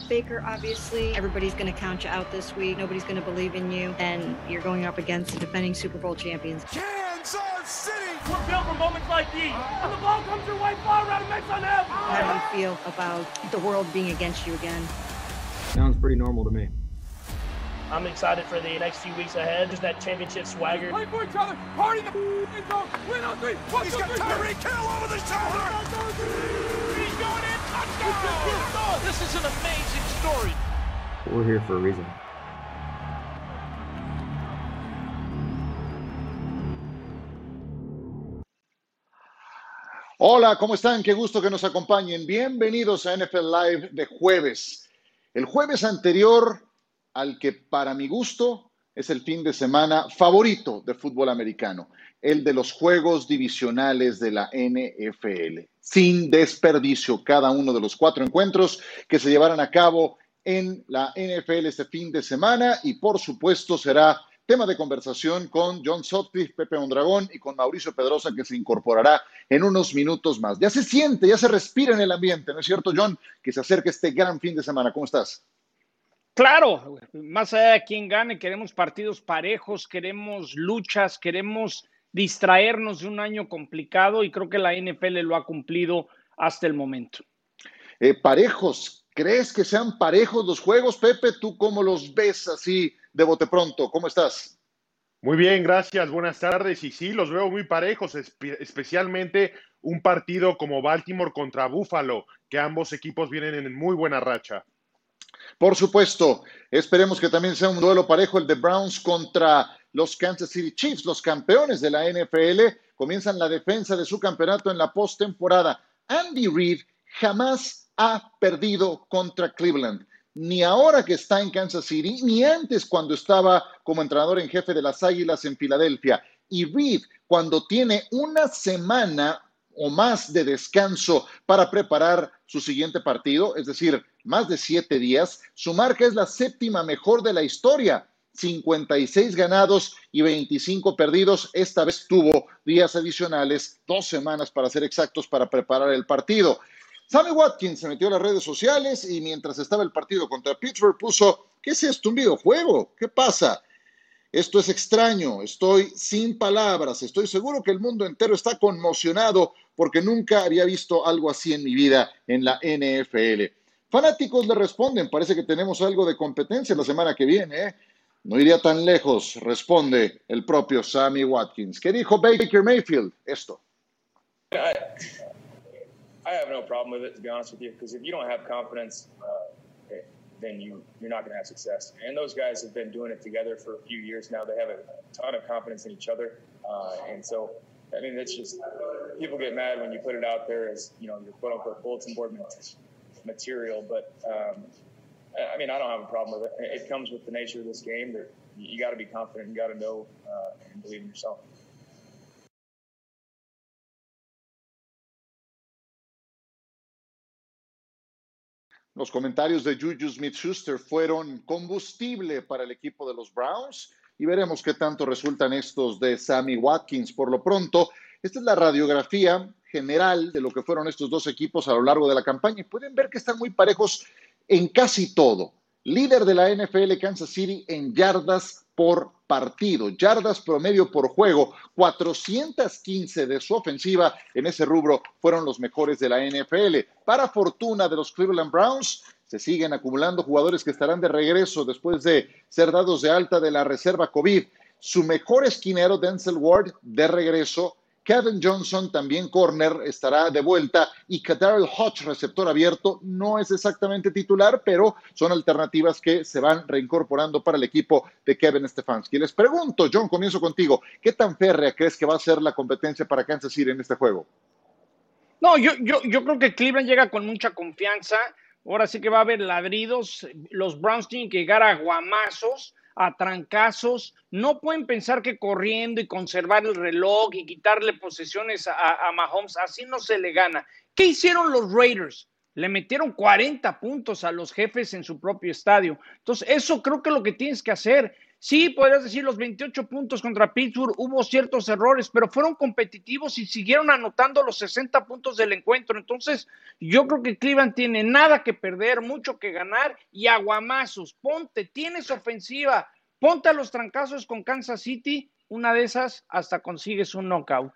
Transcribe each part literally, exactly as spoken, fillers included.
Baker, obviously, everybody's going to count you out this week. Nobody's going to believe in you, and you're going up against the defending Super Bowl champions. Kansas City! We're built for moments like these. When the ball comes your way, far around and makes on them. How do you feel about the world being against you again? Sounds pretty normal to me. I'm excited for the next few weeks ahead. Just that championship swagger. Play for each other. Party the end zone. Win on three. One, He's two, got Tyreek Hill over the shoulder. He's going in. Touchdown. This is an amazing story. We're here for a reason. Hola, ¿cómo están? Qué gusto que nos acompañen. Bienvenidos a N F L Live de jueves. El jueves anterior al que para mi gusto es el fin de semana favorito de fútbol americano, el de los juegos divisionales de la N F L. Sin desperdicio, cada uno de los cuatro encuentros que se llevarán a cabo en la N F L este fin de semana y por supuesto será tema de conversación con John Sutcliffe, Pepe Mondragón y con Mauricio Pedrosa, que se incorporará en unos minutos más. Ya se siente, ya se respira en el ambiente, ¿no es cierto, John? Que se acerque este gran fin de semana. ¿Cómo estás? Claro, más allá de quién gane, queremos partidos parejos, queremos luchas, queremos distraernos de un año complicado y creo que la N F L lo ha cumplido hasta el momento. Eh, parejos, ¿crees que sean parejos los juegos, Pepe? ¿Tú cómo los ves así de bote pronto? ¿Cómo estás? Muy bien, gracias, buenas tardes. Y sí, los veo muy parejos, espe- especialmente un partido como Baltimore contra Buffalo, que ambos equipos vienen en muy buena racha. Por supuesto, esperemos que también sea un duelo parejo el de Browns contra los Kansas City Chiefs, los campeones de la N F L. Comienzan la defensa de su campeonato en la postemporada. Andy Reid jamás ha perdido contra Cleveland, ni ahora que está en Kansas City, ni antes cuando estaba como entrenador en jefe de las Águilas en Filadelfia. Y Reid, cuando tiene una semana o más de descanso para preparar su siguiente partido, es decir, más de siete días, su marca es la séptima mejor de la historia, cincuenta y seis ganados y veinticinco perdidos. Esta vez tuvo días adicionales, dos semanas para ser exactos, para preparar el partido. Sammy Watkins se metió a las redes sociales y mientras estaba el partido contra Pittsburgh puso: ¿qué es esto, un videojuego? ¿Qué pasa? Esto es extraño, estoy sin palabras, estoy seguro que el mundo entero está conmocionado porque nunca había visto algo así en mi vida en la N F L. Fanáticos le responden, parece que tenemos algo de competencia la semana que viene, ¿eh? No iría tan lejos, responde el propio Sammy Watkins. ¿Qué dijo Baker Mayfield? Esto. I, I have no problem with it, to be honest with you, because if you don't have confidence, uh, then you, you're not going to have success. And those guys have been doing it together for a few years now. They have a ton of confidence in each other. Uh, and so, I mean, it's just, people get mad when you put it out there as, you know, your quote-unquote bulletin board material. But, um, I mean, I don't have a problem with it. It comes with the nature of this game that you got to be confident. You got to know uh, and believe in yourself. Los comentarios de Juju Smith-Schuster fueron combustible para el equipo de los Browns y veremos qué tanto resultan estos de Sammy Watkins. Por lo pronto, esta es la radiografía general de lo que fueron estos dos equipos a lo largo de la campaña y pueden ver que están muy parejos en casi todo. Líder de la N F L Kansas City en yardas por partido, yardas promedio por juego, cuatrocientas quince de su ofensiva en ese rubro fueron los mejores de la N F L. Para fortuna de los Cleveland Browns, se siguen acumulando jugadores que estarán de regreso después de ser dados de alta de la reserva COVID. Su mejor esquinero, Denzel Ward, de regreso. Kevin Johnson, también corner, estará de vuelta. Y Kadarrell Hodge, receptor abierto, no es exactamente titular, pero son alternativas que se van reincorporando para el equipo de Kevin Stefanski. Les pregunto, John, comienzo contigo. ¿Qué tan férrea crees que va a ser la competencia para Kansas City en este juego? No, yo, yo, yo creo que Cleveland llega con mucha confianza. Ahora sí que va a haber ladridos. Los Browns tienen que llegar a guamazos, a trancazos. No pueden pensar que corriendo y conservar el reloj y quitarle posesiones a, a Mahomes, así no se le gana. ¿Qué hicieron los Raiders? Le metieron cuarenta puntos a los Jefes en su propio estadio. Entonces, eso creo que es lo que tienes que hacer. Sí, podrías decir los veintiocho puntos contra Pittsburgh, hubo ciertos errores, pero fueron competitivos y siguieron anotando los sesenta puntos del encuentro. Entonces, yo creo que Cleveland tiene nada que perder, mucho que ganar y aguamazos. Ponte, tienes ofensiva, ponte a los trancazos con Kansas City, una de esas hasta consigues un knockout.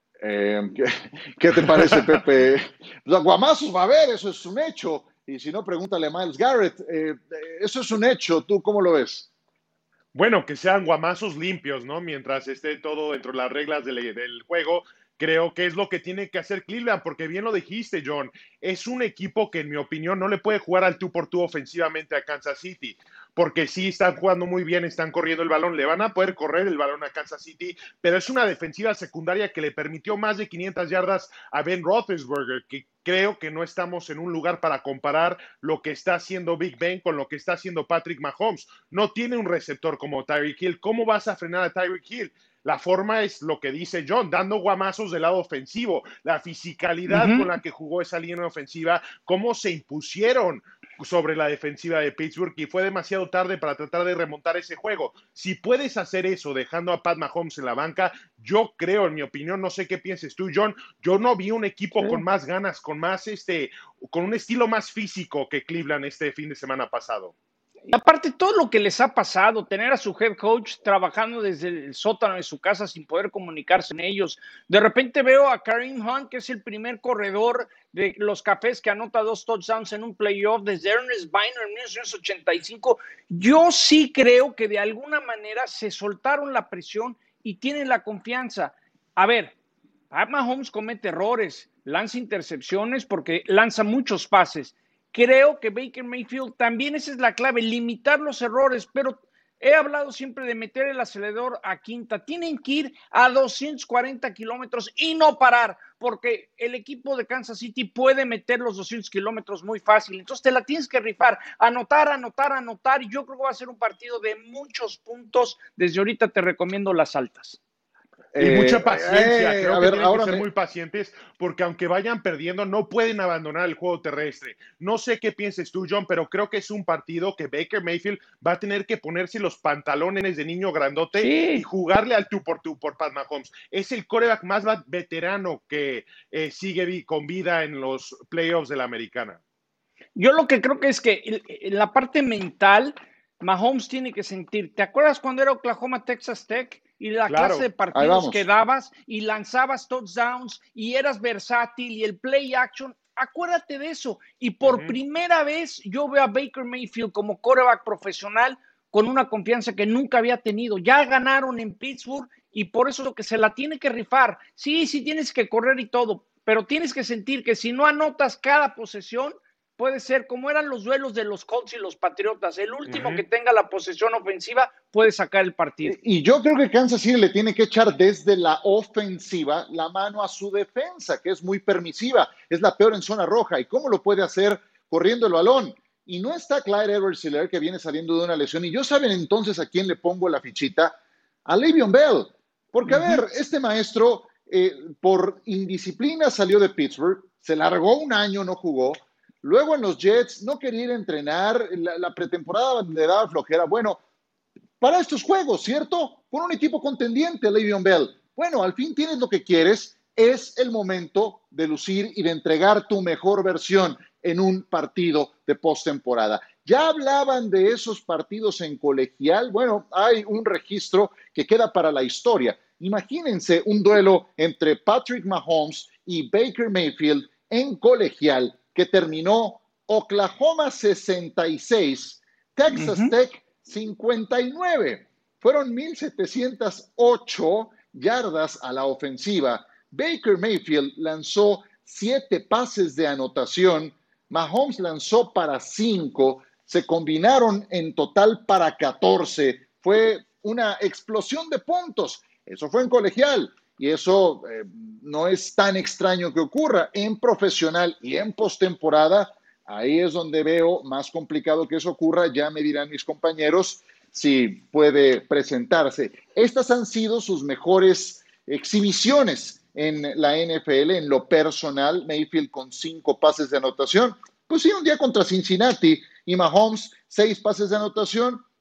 Eh, ¿qué, ¿Qué te parece, Pepe? Los aguamazos va a haber, eso es un hecho. Y si no, pregúntale a Myles Garrett. Eh, eso es un hecho. ¿Tú cómo lo ves? Bueno, que sean guamazos limpios, ¿no? Mientras esté todo dentro de las reglas del, del juego, creo que es lo que tiene que hacer Cleveland, porque bien lo dijiste, John, es un equipo que en mi opinión no le puede jugar al tú por tú ofensivamente a Kansas City, porque sí están jugando muy bien, están corriendo el balón, le van a poder correr el balón a Kansas City, pero es una defensiva secundaria que le permitió más de quinientas yardas a Ben Roethlisberger, que creo que no estamos en un lugar para comparar lo que está haciendo Big Ben con lo que está haciendo Patrick Mahomes. No tiene un receptor como Tyreek Hill. ¿Cómo vas a frenar a Tyreek Hill? La forma es lo que dice John, dando guamazos del lado ofensivo, la fisicalidad uh-huh. con la que jugó esa línea ofensiva, cómo se impusieron sobre la defensiva de Pittsburgh y fue demasiado tarde para tratar de remontar ese juego. Si puedes hacer eso dejando a Pat Mahomes en la banca, yo creo, en mi opinión, no sé qué pienses tú, John, yo no vi un equipo sí. con más ganas, con más este, con un estilo más físico que Cleveland este fin de semana pasado. Y aparte, todo lo que les ha pasado, tener a su head coach trabajando desde el sótano de su casa sin poder comunicarse en ellos. De repente veo a Kareem Hunt, que es el primer corredor de los Cafés que anota dos touchdowns en un playoff desde Ernest Biner en mil novecientos ochenta y cinco. Yo sí creo que de alguna manera se soltaron la presión y tienen la confianza. A ver, Pat Mahomes comete errores, lanza intercepciones porque lanza muchos pases. Creo que Baker Mayfield también esa es la clave, limitar los errores, pero he hablado siempre de meter el acelerador a quinta. Tienen que ir a doscientos cuarenta kilómetros y no parar, porque el equipo de Kansas City puede meter los doscientos kilómetros muy fácil. Entonces te la tienes que rifar, anotar, anotar, anotar. Y yo creo que va a ser un partido de muchos puntos. Desde ahorita te recomiendo las altas. Y eh, mucha paciencia, eh, creo que ver, tienen ahora que ser me... muy pacientes porque aunque vayan perdiendo no pueden abandonar el juego terrestre. No sé qué pienses tú, John, pero creo que es un partido que Baker Mayfield va a tener que ponerse los pantalones de niño grandote sí. y jugarle al tú por tú por Pat Mahomes. Es el quarterback más veterano que eh, sigue con vida en los playoffs de la americana. Yo lo que creo que es que en la parte mental Mahomes tiene que sentir, ¿te acuerdas cuando era Oklahoma Texas Tech? Y la claro, clase de partidos que dabas y lanzabas touchdowns y eras versátil y el play action, acuérdate de eso. Y por uh-huh. primera vez yo veo a Baker Mayfield como quarterback profesional con una confianza que nunca había tenido. Ya ganaron en Pittsburgh y por eso es lo que se la tiene que rifar. Sí, sí tienes que correr y todo, pero tienes que sentir que si no anotas cada posesión, puede ser como eran los duelos de los Colts y los Patriotas. El último uh-huh. que tenga la posesión ofensiva puede sacar el partido. Y yo creo que Kansas City le tiene que echar desde la ofensiva la mano a su defensa, que es muy permisiva, es la peor en zona roja. ¿Y cómo lo puede hacer? Corriendo el balón. Y no está Clyde Edwards-Helaire, que viene saliendo de una lesión. Y yo saben entonces a quién le pongo la fichita, a Le'Veon Bell. Porque, uh-huh. a ver, este maestro eh, por indisciplina salió de Pittsburgh, se largó un año, no jugó. Luego en los Jets no quería ir a entrenar, la, la pretemporada le daba flojera. Bueno, para estos juegos, ¿cierto? Con un equipo contendiente, Le'Veon Bell. Bueno, al fin tienes lo que quieres, es el momento de lucir y de entregar tu mejor versión en un partido de postemporada. Ya hablaban de esos partidos en colegial. Bueno, hay un registro que queda para la historia. Imagínense un duelo entre Patrick Mahomes y Baker Mayfield en colegial, que terminó Oklahoma sesenta y seis, Texas uh-huh. Tech cincuenta y nueve. Fueron mil setecientas ocho yardas a la ofensiva. Baker Mayfield lanzó siete pases de anotación. Mahomes lanzó para cinco. Se combinaron en total para catorce. Fue una explosión de puntos. Eso fue en colegial. Y eso eh, no es tan extraño que ocurra en profesional y en postemporada. Ahí es donde veo más complicado que eso ocurra. Ya me dirán mis compañeros si puede presentarse. Estas han sido sus mejores exhibiciones en la N F L, en lo personal. Mayfield con cinco pases de anotación. Pues sí, un día contra Cincinnati y Mahomes, seis pases de anotación.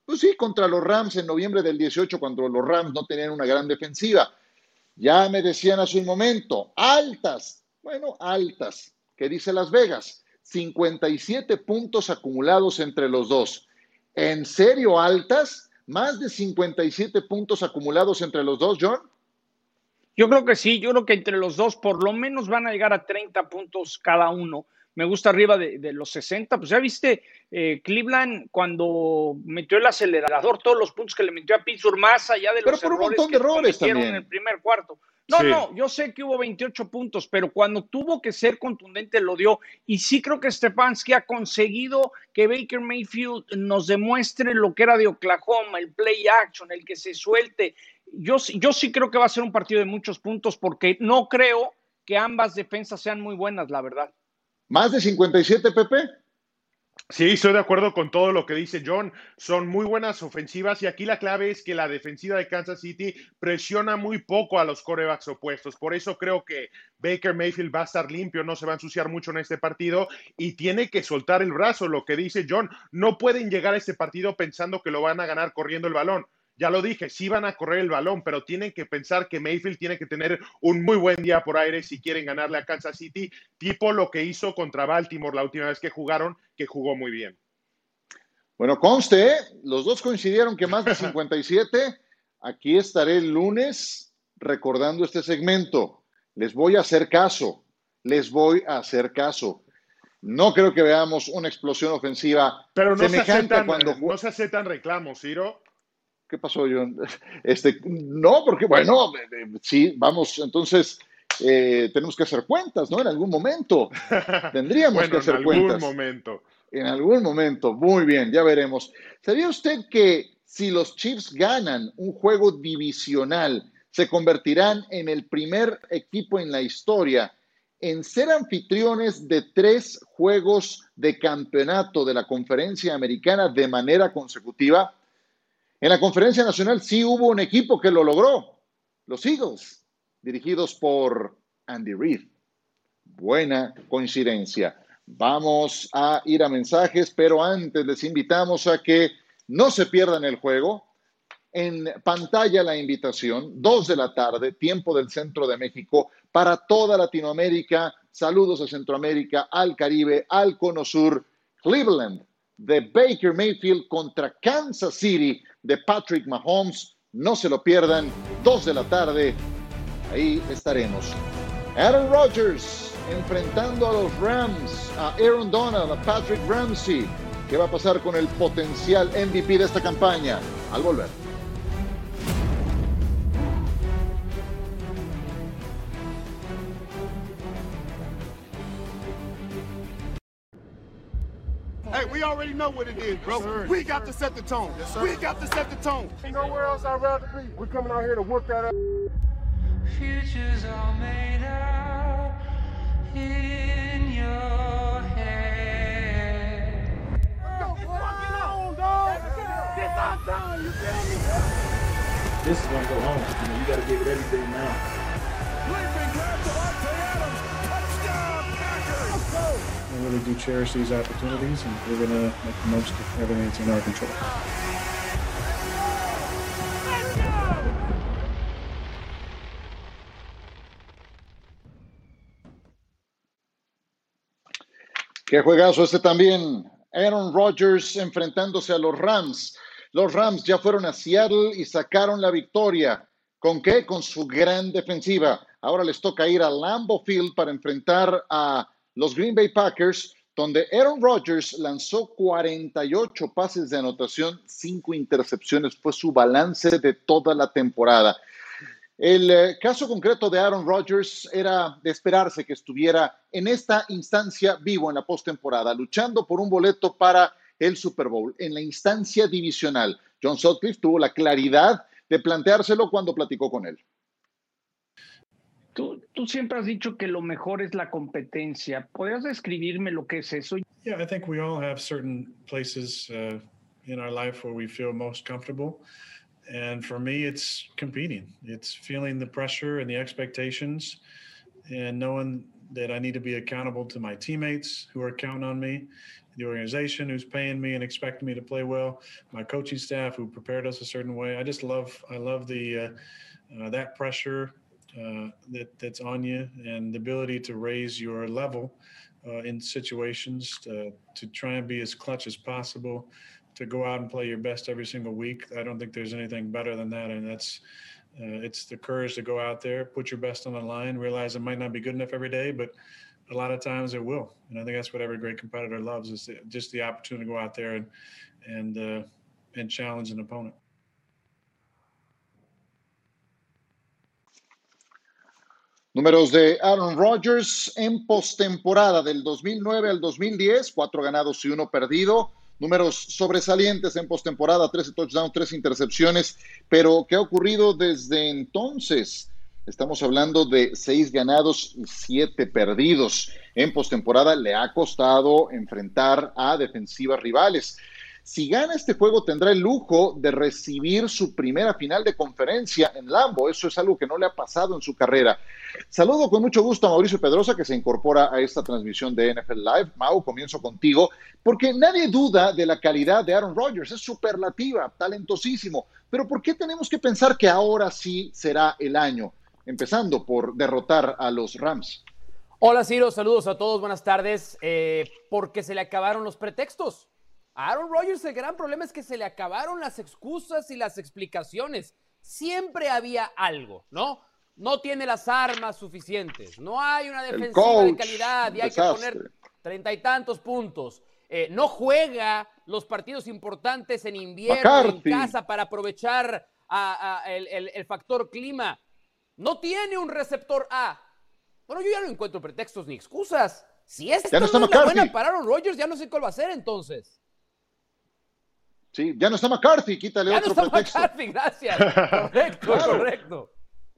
Pues sí, contra los Rams en noviembre del dieciocho, cuando los Rams no tenían una gran defensiva. Ya me decían hace un momento, altas, bueno, altas, ¿qué dice Las Vegas? cincuenta y siete puntos acumulados entre los dos. ¿En serio altas? ¿Más de cincuenta y siete puntos acumulados entre los dos, John? Yo creo que sí, yo creo que entre los dos por lo menos van a llegar a treinta puntos cada uno. Me gusta arriba de, de los sesenta. Pues ya viste, eh, Cleveland cuando metió el acelerador, todos los puntos que le metió a Pittsburgh, más allá de los Pero por un errores montón que de errores cometieron también. en el primer cuarto. No, Sí. no, yo sé que hubo veintiocho puntos, pero cuando tuvo que ser contundente lo dio. Y sí creo que Stefanski ha conseguido que Baker Mayfield nos demuestre lo que era de Oklahoma, el play action, el que se suelte. Yo, yo sí creo que va a ser un partido de muchos puntos porque no creo que ambas defensas sean muy buenas, la verdad. ¿Más de cincuenta y siete, Pepe? Sí, estoy de acuerdo con todo lo que dice John. Son muy buenas ofensivas y aquí la clave es que la defensiva de Kansas City presiona muy poco a los quarterbacks opuestos. Por eso creo que Baker Mayfield va a estar limpio, no se va a ensuciar mucho en este partido y tiene que soltar el brazo, lo que dice John. No pueden llegar a este partido pensando que lo van a ganar corriendo el balón. Ya lo dije, sí van a correr el balón, pero tienen que pensar que Mayfield tiene que tener un muy buen día por aire si quieren ganarle a Kansas City, tipo lo que hizo contra Baltimore la última vez que jugaron, que jugó muy bien. Bueno, conste, ¿eh? Los dos coincidieron que más de cincuenta y siete. Aquí estaré el lunes recordando este segmento. Les voy a hacer caso, les voy a hacer caso. No creo que veamos una explosión ofensiva pero no semejante se aceptan, a cuando... no se aceptan reclamos, Ciro. ¿Qué pasó, John? Este, no, porque, bueno, sí, vamos, entonces eh, tenemos que hacer cuentas, ¿no? En algún momento. Tendríamos bueno, que hacer en cuentas. algún momento. En algún momento. Muy bien, ya veremos. ¿Sabía usted que si los Chiefs ganan un juego divisional, se convertirán en el primer equipo en la historia en ser anfitriones de tres juegos de campeonato de la Conferencia Americana de manera consecutiva? En la Conferencia Nacional sí hubo un equipo que lo logró, los Eagles, dirigidos por Andy Reid. Buena coincidencia. Vamos a ir a mensajes, pero antes les invitamos a que no se pierdan el juego. En pantalla la invitación, dos de la tarde, tiempo del centro de México, para toda Latinoamérica. Saludos a Centroamérica, al Caribe, al Cono Sur, Cleveland, de Baker Mayfield contra Kansas City de Patrick Mahomes. No se lo pierdan, dos de la tarde, ahí estaremos. Aaron Rodgers enfrentando a los Rams, a Aaron Donald, a Patrick Ramsey. ¿Qué va a pasar con el potencial M V P de esta campaña? Al volver. Hey, we already know what it is, bro. Yes, we got to set the tone. Yes, we got to set the tone. Ain't nowhere else I'd rather be. We're coming out here to work that out. Futures are made out in your head. It's fucking on, dog. It's our time, you feel me? This is gonna go home. You know, you gotta give it everything now. Leaping grab Devontae Adams. Touchdown, Packers. Let's go. We really do cherish these opportunities, and we're going to make the most of everything that's in our control. Qué juegazo este también. Aaron Rodgers enfrentándose a los Rams. Los Rams ya fueron a Seattle y sacaron la victoria. ¿Con qué? Con su gran defensiva. Ahora les toca ir a Lambeau Field para enfrentar a los Green Bay Packers, donde Aaron Rodgers lanzó cuarenta y ocho pases de anotación, cinco intercepciones. Fue su balance de toda la temporada. El eh, caso concreto de Aaron Rodgers era de esperarse que estuviera en esta instancia vivo en la postemporada, luchando por un boleto para el Super Bowl, en la instancia divisional. John Sutcliffe tuvo la claridad de planteárselo cuando platicó con él. Tú, tú siempre has dicho que lo mejor es la competencia. ¿Podrías describirme lo que es eso? Yeah, I think we all have certain places uh, in our life where we feel most comfortable. And for me, it's competing. It's feeling the pressure and the expectations and knowing that I need to be accountable to my teammates who are counting on me, the organization who's paying me and expecting me to play well, my coaching staff who prepared us a certain way. I just love, I love the uh, uh, that pressure uh, that that's on you, and the ability to raise your level uh, in situations to, to try and be as clutch as possible, to go out and play your best every single week. I don't think there's anything better than that, and that's uh, it's the courage to go out there, put your best on the line, realize it might not be good enough every day, but a lot of times it will. And I think that's what every great competitor loves, is just the opportunity to go out there and and uh, and challenge an opponent. Números de Aaron Rodgers en postemporada del dos mil nueve al dos mil diez, cuatro ganados y uno perdido. Números sobresalientes en postemporada, trece touchdowns, tres intercepciones. Pero, ¿qué ha ocurrido desde entonces? Estamos hablando de seis ganados y siete perdidos. En postemporada le ha costado enfrentar a defensivas rivales. Si gana este juego, tendrá el lujo de recibir su primera final de conferencia en Lambeau. Eso es algo que no le ha pasado en su carrera. Saludo con mucho gusto a Mauricio Pedrosa, que se incorpora a esta transmisión de N F L Live. Mau, comienzo contigo, porque nadie duda de la calidad de Aaron Rodgers. Es superlativa, talentosísimo. Pero ¿por qué tenemos que pensar que ahora sí será el año? Empezando por derrotar a los Rams. Hola, Ciro, saludos a todos, buenas tardes. Eh, porque se le acabaron los pretextos. A Aaron Rodgers el gran problema es que se le acabaron las excusas y las explicaciones. Siempre había algo, ¿no? No tiene las armas suficientes, no hay una defensiva coach, de calidad y hay desastre. que poner treinta y tantos puntos. Eh, no juega los partidos importantes en invierno, McCarthy. en casa, para aprovechar a, a el, el, el factor clima. No tiene un receptor A. Bueno, yo ya no encuentro pretextos ni excusas. Si esta Ya no no, está es la McCarthy. buena para Aaron Rodgers, ya no sé cuál va a ser entonces. Sí, ya no está McCarthy, quítale Ya otro no está pretexto. McCarthy, gracias. Correcto, Claro. correcto.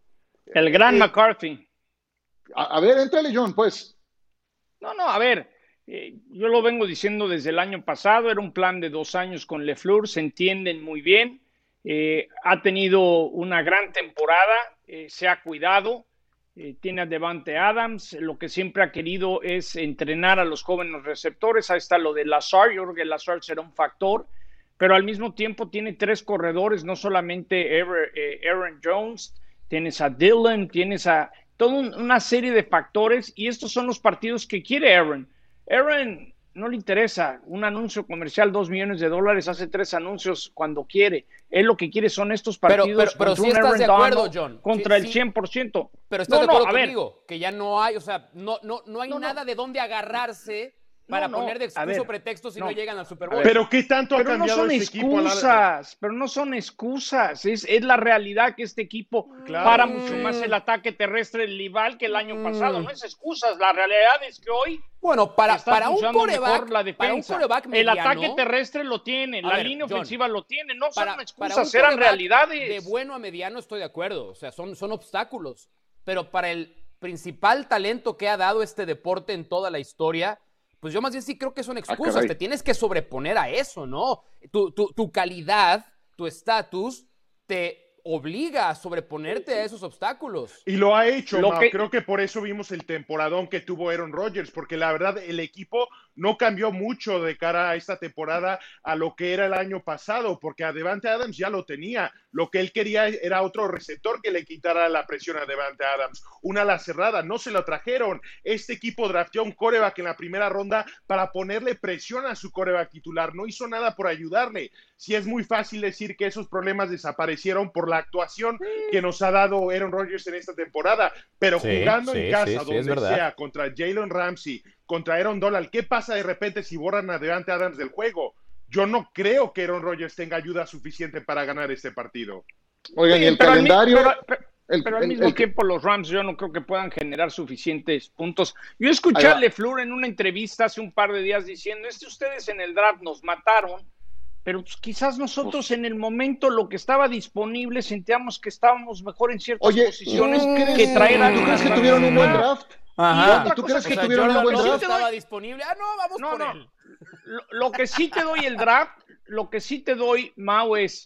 El gran Eh, McCarthy. A, a ver, entrale, John, pues. No, no, a ver, eh, yo lo vengo diciendo desde el año pasado, era un plan de dos años con LeFleur, se entienden muy bien, eh, ha tenido una gran temporada, eh, se ha cuidado, eh, tiene a Devante Adams, lo que siempre ha querido es entrenar a los jóvenes receptores, ahí está lo de Lazard, yo creo que Lazard será un factor, pero al mismo tiempo tiene tres corredores, no solamente Aaron, eh, Aaron Jones, tienes a Dillon, tienes a toda un, una serie de factores, y estos son los partidos que quiere Aaron. Aaron no le interesa un anuncio comercial, dos millones de dólares, hace tres anuncios cuando quiere. Él lo que quiere son estos Pero, partidos pero, pero contra sí un estás Aaron de acuerdo, Donald, John. contra Sí, el sí. cien por ciento. Pero estás No, de acuerdo no, a ver. conmigo, que ya no hay, o sea, no, no, no hay No, no. nada de dónde agarrarse para No, no, poner de a excusa ver, o pretexto si no, no. llegan al Super A Bowl. ver. Pero ¿qué tanto ha Pero no cambiado son este equipo? a la- excusas, pero no son excusas, es, es la realidad que este equipo Claro, para sí. mucho más el ataque terrestre rival que el año Mm. pasado, no es excusas, la realidad es que hoy Bueno, para, está para un funcionando coreback, mejor la para un defensa. coreback El mediano, ataque terrestre lo tiene, A la ver, línea John, ofensiva lo tiene, no para, son para excusas, un eran quarterback realidades. de bueno a mediano estoy de acuerdo, o sea, son, son obstáculos, pero para el principal talento que ha dado este deporte en toda la historia, pues yo más bien sí creo que son excusas, caray. te tienes que sobreponer a eso, ¿no? Tu, tu, tu calidad, tu estatus, te obliga a sobreponerte a esos obstáculos. Y lo ha hecho, Lo Mau. que- Creo que por eso vimos el temporadón que tuvo Aaron Rodgers, porque la verdad el equipo no cambió mucho de cara a esta temporada a lo que era el año pasado, porque a Devante Adams ya lo tenía. Lo que él quería era otro receptor que le quitara la presión a Devante Adams. Una ala cerrada, no se lo trajeron. Este equipo drafteó a un quarterback en la primera ronda para ponerle presión a su quarterback titular. No hizo nada por ayudarle. Sí es muy fácil decir que esos problemas desaparecieron por la actuación que nos ha dado Aaron Rodgers en esta temporada, pero Sí, jugando sí, en casa, sí, sí, es donde verdad. sea, contra Jalen Ramsey, contra Aaron Donald, ¿qué pasa de repente si borran a Devante Adams del juego? Yo no creo que Aaron Rodgers tenga ayuda suficiente para ganar este partido. Oigan, y el pero al mi- calendario. pero- pero- el- Pero al el- mismo el- tiempo los Rams yo no creo que puedan generar suficientes puntos. Yo escuché Ahí a va. LeFleur en una entrevista hace un par de días diciendo, es que ustedes en el draft nos mataron, pero pues quizás nosotros en el momento lo que estaba disponible sentíamos que estábamos mejor en ciertas Oye, posiciones ¿tú crees- que traer a ¿tú crees que tuvieron un buen draft? Ajá. ¿Y tú crees que O sea, tuvieron un Jordan buen Love draft? estaba disponible. Ah, no, vamos No, por no. él. Lo, lo que sí te doy el draft, lo que sí te doy, Mau, es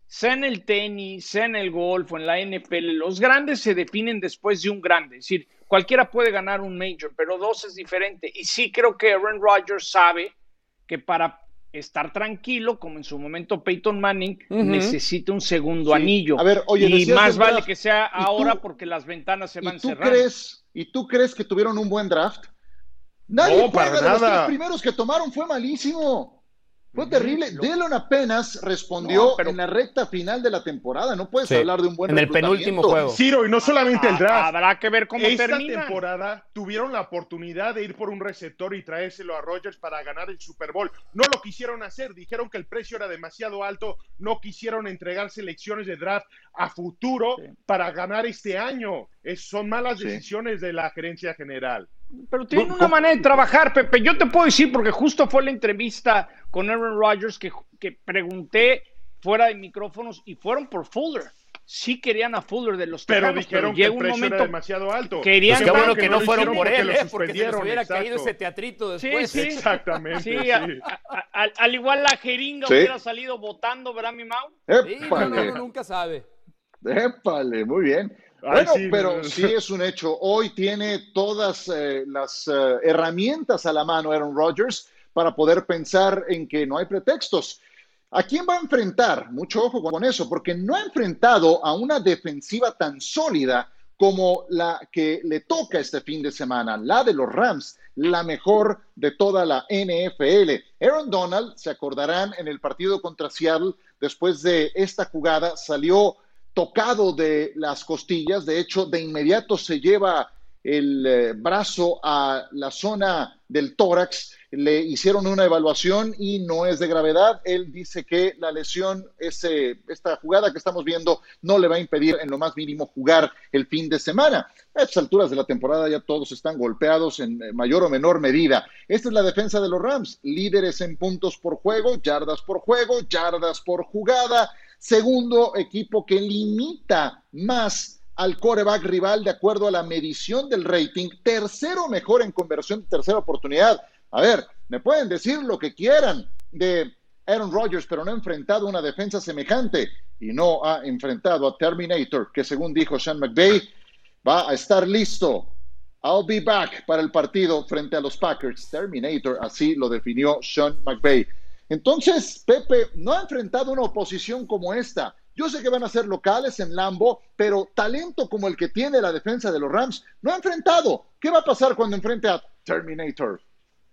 sea en el tenis, sea en el golf o en la N F L, los grandes se definen después de un grande. Es decir, cualquiera puede ganar un major, pero dos es diferente. Y sí creo que Aaron Rodgers sabe que para estar tranquilo, como en su momento Peyton Manning, uh-huh. necesita un segundo sí. anillo. A ver, oye, y más vale draft, que sea ahora tú, porque las ventanas se van ¿y tú cerrando. Crees, ¿Y tú crees que tuvieron un buen draft? Nadie no, para de nada. Los tres primeros que tomaron fue malísimo. Fue terrible. No. Dillon apenas respondió no, pero... en la recta final de la temporada. No puedes sí. hablar de un buen en el penúltimo juego. Ciro, y no solamente el draft. Habrá que ver cómo Esta termina. Esta temporada tuvieron la oportunidad de ir por un receptor y traérselo a Rodgers para ganar el Super Bowl. No lo quisieron hacer. Dijeron que el precio era demasiado alto. No quisieron entregar selecciones de draft a futuro sí. para ganar este año. Es, son malas decisiones sí. de la gerencia general. Pero tienen una manera de trabajar, Pepe. Yo te puedo decir, porque justo fue la entrevista con Aaron Rodgers que, que pregunté fuera de micrófonos y fueron por Fuller. Sí querían a Fuller de los Pero Tejanos, dijeron pero que el precio era demasiado alto. Querían pues qué bueno que, que no, no fueron por él, eh, porque se les hubiera exacto. caído ese teatrito después. Sí, sí. Exactamente. Sí, sí. A, a, a, al igual la jeringa sí. hubiera salido votando, ¿verdad, mi Mau? Sí, no, no, no, nunca sabe. Épale, muy bien. Ay, bueno, sí, pero no. sí es un hecho. Hoy tiene todas eh, las eh, herramientas a la mano Aaron Rodgers para poder pensar en que no hay pretextos. ¿A quién va a enfrentar? Mucho ojo con eso, porque no ha enfrentado a una defensiva tan sólida como la que le toca este fin de semana, la de los Rams, la mejor de toda la N F L. Aaron Donald, se acordarán, en el partido contra Seattle, después de esta jugada, salió tocado de las costillas. De hecho, de inmediato se lleva el eh, brazo a la zona del tórax. Le hicieron una evaluación y no es de gravedad. Él dice que la lesión, ese, esta jugada que estamos viendo, no le va a impedir en lo más mínimo jugar el fin de semana. A estas alturas de la temporada ya todos están golpeados en mayor o menor medida. Esta es la defensa de los Rams, líderes en puntos por juego, yardas por juego, yardas por jugada. Segundo equipo que limita más al quarterback rival de acuerdo a la medición del rating. Tercero mejor en conversión de tercera oportunidad. A ver, me pueden decir lo que quieran de Aaron Rodgers, pero no ha enfrentado una defensa semejante y no ha enfrentado a Terminator, que según dijo Sean McVay, va a estar listo. I'll be back para el partido frente a los Packers. Terminator, así lo definió Sean McVay. Entonces, Pepe no ha enfrentado una oposición como esta. Yo sé que van a ser locales en Lambeau, pero talento como el que tiene la defensa de los Rams no ha enfrentado. ¿Qué va a pasar cuando enfrente a Terminator?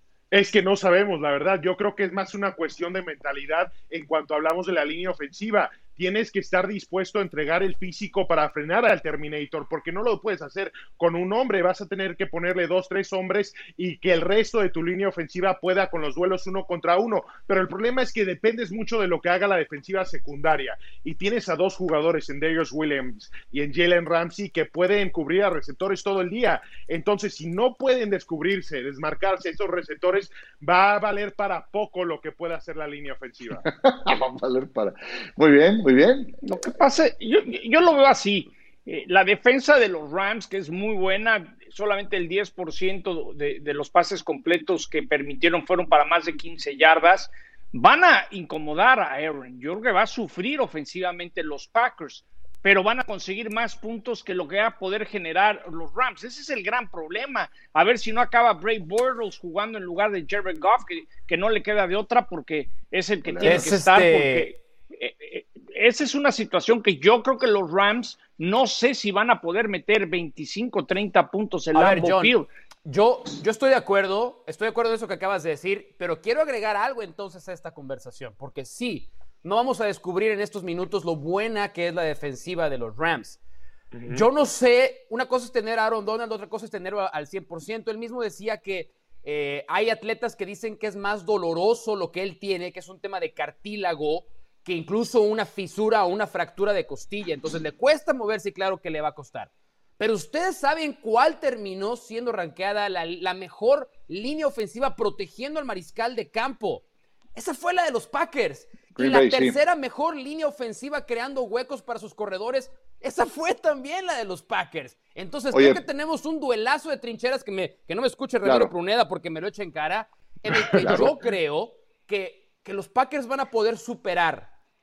Es que no sabemos, la verdad. Yo creo que es más una cuestión de mentalidad en cuanto hablamos de la línea ofensiva. Tienes que estar dispuesto a entregar el físico para frenar al Terminator, porque no lo puedes hacer con un hombre. Vas a tener que ponerle dos, tres hombres y que el resto de tu línea ofensiva pueda con los duelos uno contra uno. Pero el problema es que dependes mucho de lo que haga la defensiva secundaria. Y tienes a dos jugadores, en Darius Williams y en Jalen Ramsey, que pueden cubrir a receptores todo el día. Entonces, si no pueden descubrirse, desmarcarse estos receptores, va a valer para poco lo que pueda hacer la línea ofensiva. Va a valer para... Muy bien. Muy bien. Lo que pasa, yo, yo lo veo así. Eh, la defensa de los Rams, que es muy buena, solamente el diez por ciento de, de los pases completos que permitieron fueron para más de quince yardas. Van a incomodar a Aaron. Yo creo que va a sufrir ofensivamente los Packers, pero van a conseguir más puntos que lo que va a poder generar los Rams. Ese es el gran problema. A ver si no acaba Bray Bortles jugando en lugar de Jared Goff, que, que no le queda de otra porque es el que es tiene que estar. Este... Porque eh, eh, esa es una situación que yo creo que los Rams no sé si van a poder meter veinticinco, treinta puntos en Lambeau Field. Yo, yo estoy de acuerdo, estoy de acuerdo en eso que acabas de decir, pero quiero agregar algo entonces a esta conversación, porque sí, no vamos a descubrir en estos minutos lo buena que es la defensiva de los Rams. Uh-huh. Yo no sé, una cosa es tener a Aaron Donald, otra cosa es tenerlo al cien por ciento. Él mismo decía que eh, hay atletas que dicen que es más doloroso lo que él tiene, que es un tema de cartílago, que incluso una fisura o una fractura de costilla. Entonces le cuesta moverse y claro que le va a costar. Pero ustedes saben cuál terminó siendo rankeada la, la mejor línea ofensiva protegiendo al mariscal de campo. Esa fue la de los Packers. Green y la Bay, tercera sí. mejor línea ofensiva creando huecos para sus corredores, esa fue también la de los Packers. Entonces Oye, creo que tenemos un duelazo de trincheras que, me, que no me escuche Ramiro claro. Pruneda porque me lo echa en cara, en el que claro. yo creo que, que los Packers van a poder superar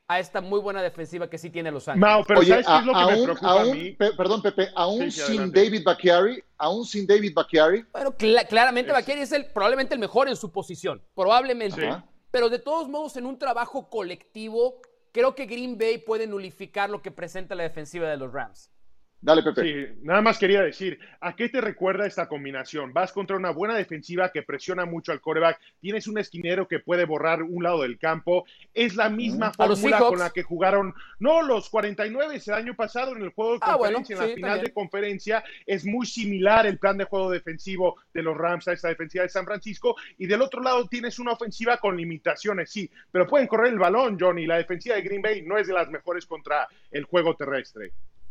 a esta muy buena defensiva que sí tiene Los Ángeles. Mau, pero Oye, ¿sabes qué a- es lo que aún, me preocupa aún, a mí? pe- perdón, Pepe, aún Sí, sí, sin adelante. David Bakhtiari, aún sin David Bakhtiari, Bueno, cla- claramente Es- Bakhtiari es el, probablemente el mejor en su posición, probablemente. Sí. Pero de todos modos, en un trabajo colectivo, creo que Green Bay puede nulificar lo que presenta la defensiva de los Rams. dale, Pepe. Sí, nada más quería decir, ¿a qué te recuerda esta combinación? Vas contra una buena defensiva que presiona mucho al quarterback, tienes un esquinero que puede borrar un lado del campo, es la misma A los fórmula Seahawks. con la que jugaron, no, los cuarenta y nueve el año pasado en el juego de Ah, bueno, conferencia, en la sí, final también. de conferencia, es muy similar el plan de juego defensivo de los Rams a esta defensiva de San Francisco, y del otro lado tienes una ofensiva con limitaciones, sí, pero pueden correr el balón, Johnny, la defensiva de Green Bay no es de las mejores contra el juego terrestre.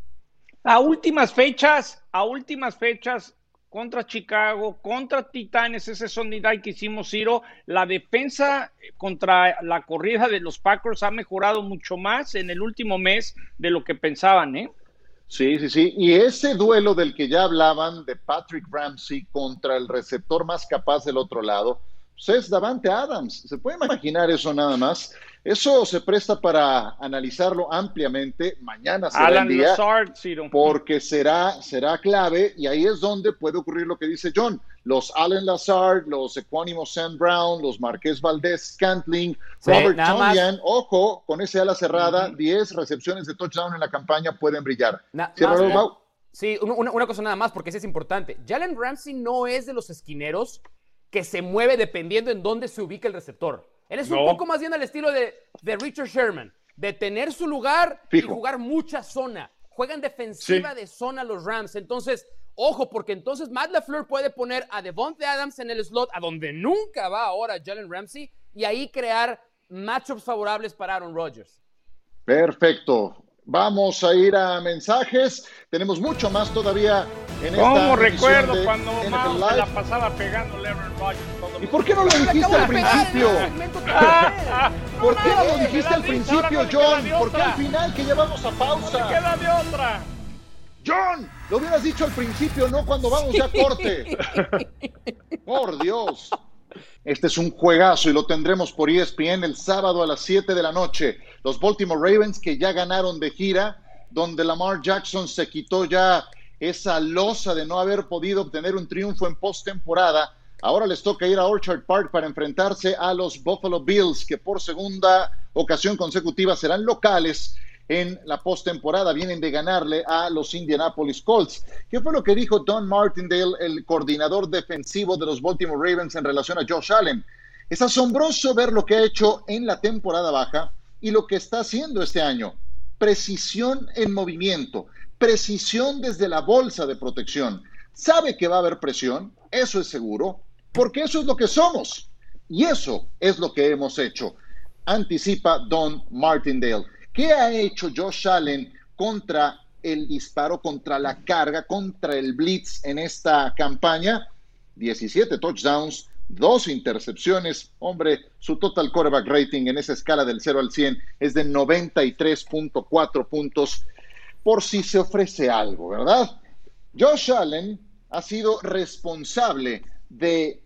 A últimas fechas, a últimas fechas, contra Chicago, contra Titanes, ese Sunday night que hicimos, Ciro, la defensa contra la corrida de los Packers ha mejorado mucho más en el último mes de lo que pensaban, ¿eh? Sí, sí, sí. Y ese duelo del que ya hablaban de Patrick Ramsey contra el receptor más capaz del otro lado, pues es Davante Adams. ¿Se puede imaginar eso nada más? Eso se presta para analizarlo ampliamente. Mañana será Alan el día, Lazard, Ciro. porque será, será clave, y ahí es donde puede ocurrir lo que dice John. Los Allen Lazard, los ecuánimos Sam Brown, los Marqués Valdés Scantling, Sí, Robert nada más. Tonyan, ojo, con ese ala cerrada, diez recepciones de touchdown en la campaña pueden brillar. Na- Ciérralo, más- Mau. Sí, un- una, una cosa nada más, porque sí es importante. Jalen Ramsey no es de los esquineros que se mueve dependiendo en dónde se ubica el receptor. Él es un No. poco más bien al estilo de, de Richard Sherman, de tener su lugar Fijo. y jugar mucha zona. Juegan defensiva Sí. de zona los Rams. Entonces, ojo, porque entonces Matt LaFleur puede poner a Devontae Adams en el slot, a donde nunca va ahora Jalen Ramsey, y ahí crear matchups favorables para Aaron Rodgers. Perfecto. Vamos a ir a mensajes. Tenemos mucho más todavía en esta ¿Cómo edición recuerdo de cuando N F L Mao se Live. la pasaba pegando a Aaron Rodgers? todo ¿Y el por qué no lo Pero le dijiste acabo al de pegar en principio? ese segmento también. ¿Por qué no no, lo me dijiste la al dices, principio, ahora no me queda John? de ¿Por qué otra? al final que llevamos a pausa? No me queda de otra. John, lo hubieras dicho al principio, no cuando vamos ya a corte. Por Dios. Este es un juegazo y lo tendremos por E S P N el sábado a las siete de la noche. Los Baltimore Ravens, que ya ganaron de gira, donde Lamar Jackson se quitó ya esa losa de no haber podido obtener un triunfo en postemporada. Ahora les toca ir a Orchard Park para enfrentarse a los Buffalo Bills, que por segunda ocasión consecutiva serán locales en la postemporada. Vienen de ganarle a los Indianapolis Colts. ¿Qué fue lo que dijo Don Martindale, el coordinador defensivo de los Baltimore Ravens, en relación a Josh Allen? Es asombroso ver lo que ha hecho en la temporada baja y lo que está haciendo este año. Precisión en movimiento, precisión desde la bolsa de protección. Sabe que va a haber presión, eso es seguro, porque eso es lo que somos. Y eso es lo que hemos hecho. Anticipa Don Martindale. ¿Qué ha hecho Josh Allen contra el disparo, contra la carga, contra el blitz en esta campaña? diecisiete touchdowns, dos intercepciones. Hombre, su total quarterback rating en esa escala del cero al cien es de noventa y tres punto cuatro puntos, por si se ofrece algo, ¿verdad? Josh Allen ha sido responsable de...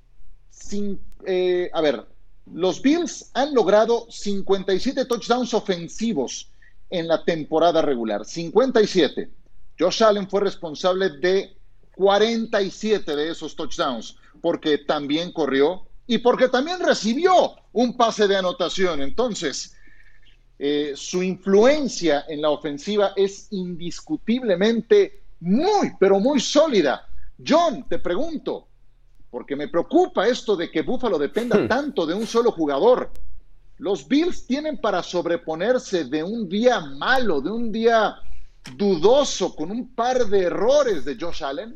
Sin, eh, a ver, los Bills han logrado cincuenta y siete touchdowns ofensivos en la temporada regular. cincuenta y siete. Josh Allen fue responsable de cuarenta y siete de esos touchdowns, porque también corrió y porque también recibió un pase de anotación. Entonces, eh, su influencia en la ofensiva es indiscutiblemente muy, pero muy sólida. John, te pregunto, porque me preocupa esto de que Buffalo dependa tanto de un solo jugador. ¿Los Bills tienen para sobreponerse de un día malo, de un día dudoso, con un par de errores de Josh Allen?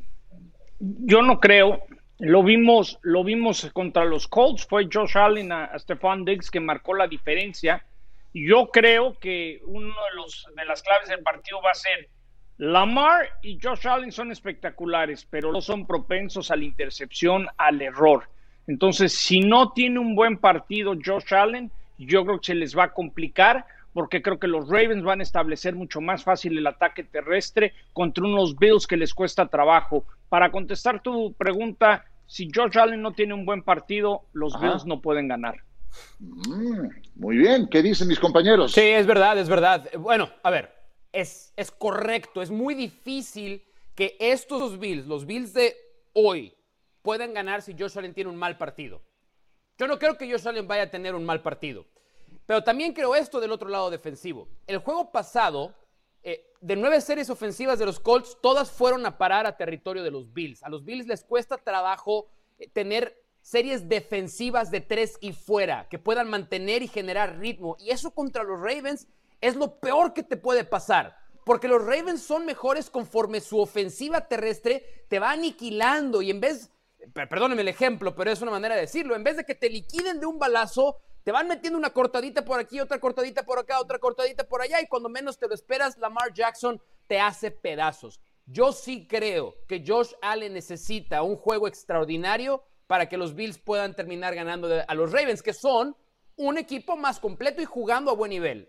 Yo no creo. Lo vimos, lo vimos contra los Colts. Fue Josh Allen a, a Stephon Diggs que marcó la diferencia. Yo creo que uno de, los, de las claves del partido va a ser Lamar y Josh Allen son espectaculares, pero no son propensos a la intercepción, al error. Entonces, si no tiene un buen partido Josh Allen, yo creo que se les va a complicar, porque creo que los Ravens van a establecer mucho más fácil el ataque terrestre contra unos Bills que les cuesta trabajo. Para contestar tu pregunta, si Josh Allen no tiene un buen partido, los Ajá. Bills no pueden ganar. Mm, muy bien, ¿qué dicen mis compañeros? Sí, es verdad, es verdad. Bueno, a ver, es, es correcto, es muy difícil que estos Bills, los Bills de hoy, puedan ganar si Josh Allen tiene un mal partido. Yo no creo que Josh Allen vaya a tener un mal partido, pero también creo esto del otro lado defensivo. El juego pasado, eh, de nueve series ofensivas de los Colts, todas fueron a parar a territorio de los Bills. A los Bills les cuesta trabajo eh, tener series defensivas de tres y fuera, que puedan mantener y generar ritmo. Y eso contra los Ravens es lo peor que te puede pasar, porque los Ravens son mejores conforme su ofensiva terrestre te va aniquilando y en vez, perdónenme el ejemplo, pero es una manera de decirlo, en vez de que te liquiden de un balazo, te van metiendo una cortadita por aquí, otra cortadita por acá, otra cortadita por allá, y cuando menos te lo esperas, Lamar Jackson te hace pedazos. Yo sí creo que Josh Allen necesita un juego extraordinario para que los Bills puedan terminar ganando a los Ravens, que son un equipo más completo y jugando a buen nivel.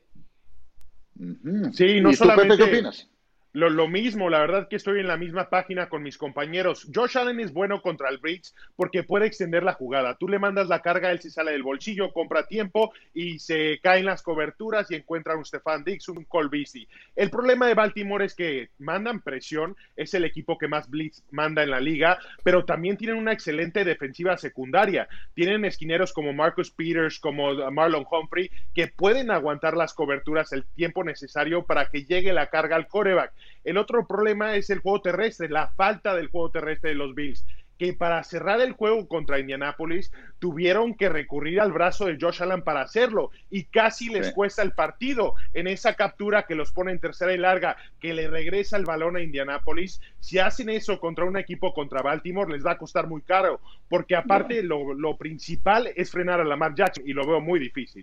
Uh-huh. Sí, no ¿Y tú, solamente... Pepe, qué opinas? Lo, lo mismo, la verdad que estoy en la misma página con mis compañeros. Josh Allen es bueno contra el blitz porque puede extender la jugada. Tú le mandas la carga, él se sale del bolsillo, compra tiempo y se caen las coberturas y encuentra un Stefan Diggs, un Cole Beasley. El problema de Baltimore es que mandan presión, es el equipo que más blitz manda en la liga, pero también tienen una excelente defensiva secundaria. Tienen esquineros como Marcus Peters, como Marlon Humphrey, que pueden aguantar las coberturas el tiempo necesario para que llegue la carga al quarterback. El otro problema es el juego terrestre, la falta del juego terrestre de los Bills, que para cerrar el juego contra Indianapolis tuvieron que recurrir al brazo de Josh Allen para hacerlo y casi les sí. cuesta el partido en esa captura que los pone en tercera y larga, que le regresa el balón a Indianapolis. Si hacen eso contra un equipo contra Baltimore les va a costar muy caro, porque aparte lo, lo principal es frenar a Lamar Jackson y lo veo muy difícil.